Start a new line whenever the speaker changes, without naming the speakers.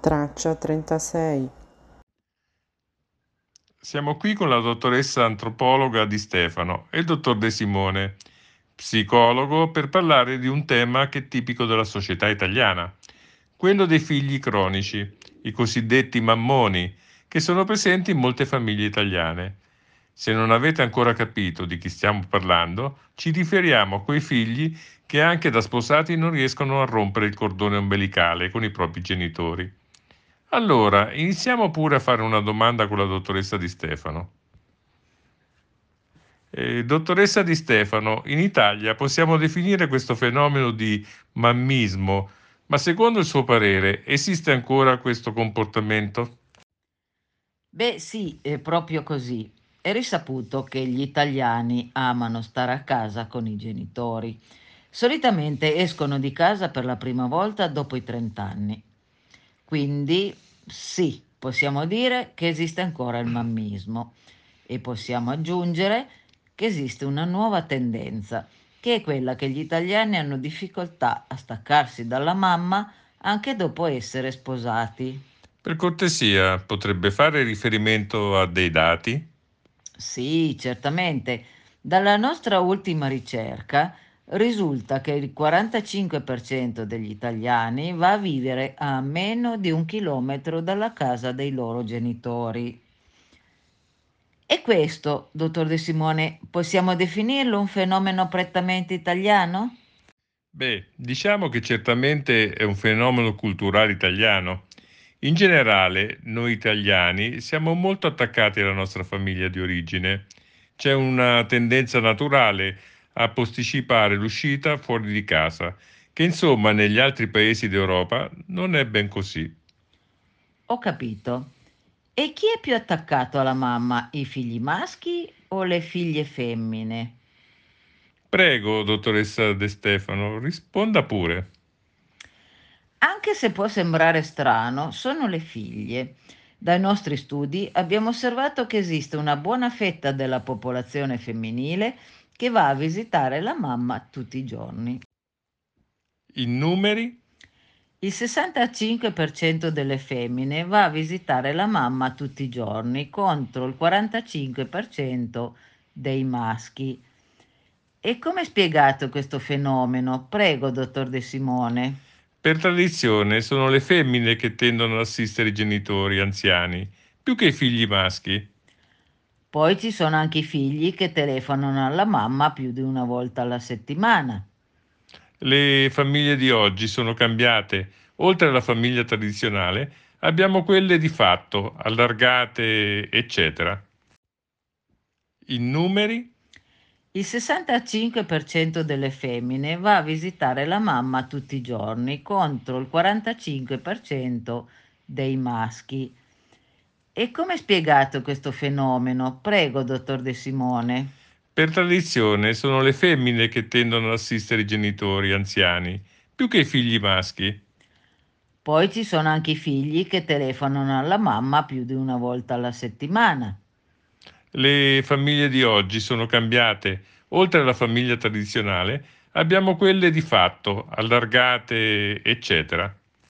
Traccia 36.
Siamo qui con la dottoressa antropologa Di Stefano e il dottor De Simone, psicologo, per parlare di un tema che è tipico della società italiana, quello dei figli cronici, i cosiddetti mammoni, che sono presenti in molte famiglie italiane. Se non avete ancora capito di chi stiamo parlando, ci riferiamo a quei figli che anche da sposati non riescono a rompere il cordone ombelicale con i propri genitori. Allora, iniziamo pure a fare una domanda con la dottoressa Di Stefano. Dottoressa Di Stefano, in Italia possiamo definire questo fenomeno di mammismo, ma secondo il suo parere esiste ancora questo comportamento?
Beh, sì, è proprio così. È risaputo che gli italiani amano stare a casa con i genitori. Solitamente escono di casa per la prima volta dopo i 30 anni. Quindi sì, possiamo dire che esiste ancora il mammismo e possiamo aggiungere che esiste una nuova tendenza, che è quella che gli italiani hanno difficoltà a staccarsi dalla mamma anche dopo essere sposati.
Per cortesia, potrebbe fare riferimento a dei dati?
Sì, certamente. Dalla nostra ultima ricerca risulta che il 45% degli italiani va a vivere a meno di 1 chilometro dalla casa dei loro genitori. E questo, dottor De Simone, possiamo definirlo un fenomeno prettamente italiano?
Beh, diciamo che certamente è un fenomeno culturale italiano. In generale, noi italiani siamo molto attaccati alla nostra famiglia di origine. C'è una tendenza naturale a posticipare l'uscita fuori di casa, che insomma negli altri paesi d'Europa non è ben così.
Ho capito. E chi è più attaccato alla mamma, i figli maschi o le figlie femmine?
Prego, dottoressa De Stefano, risponda pure.
Anche se può sembrare strano, sono le figlie. Dai nostri studi abbiamo osservato che esiste una buona fetta della popolazione femminile che va a visitare la mamma tutti i giorni.
In numeri?
Il 65% delle femmine va a visitare la mamma tutti i giorni contro il 45% dei maschi. E come è spiegato questo fenomeno? Prego, dottor De Simone.
Per tradizione sono le femmine che tendono ad assistere i genitori anziani, più che i figli maschi.
Poi ci sono anche i figli che telefonano alla mamma più di una volta alla settimana.
Le famiglie di oggi sono cambiate. Oltre alla famiglia tradizionale, abbiamo quelle di fatto, allargate, eccetera. In numeri?
Il 65% delle femmine va a visitare la mamma tutti i giorni contro il 45% dei maschi. E come è spiegato questo fenomeno? Prego, dottor De Simone.
Per tradizione sono le femmine che tendono ad assistere i genitori anziani, più che i figli maschi.
Poi ci sono anche i figli che telefonano alla mamma più di una volta alla settimana.
Le famiglie di oggi sono cambiate. Oltre alla famiglia tradizionale, abbiamo quelle di fatto, allargate, eccetera.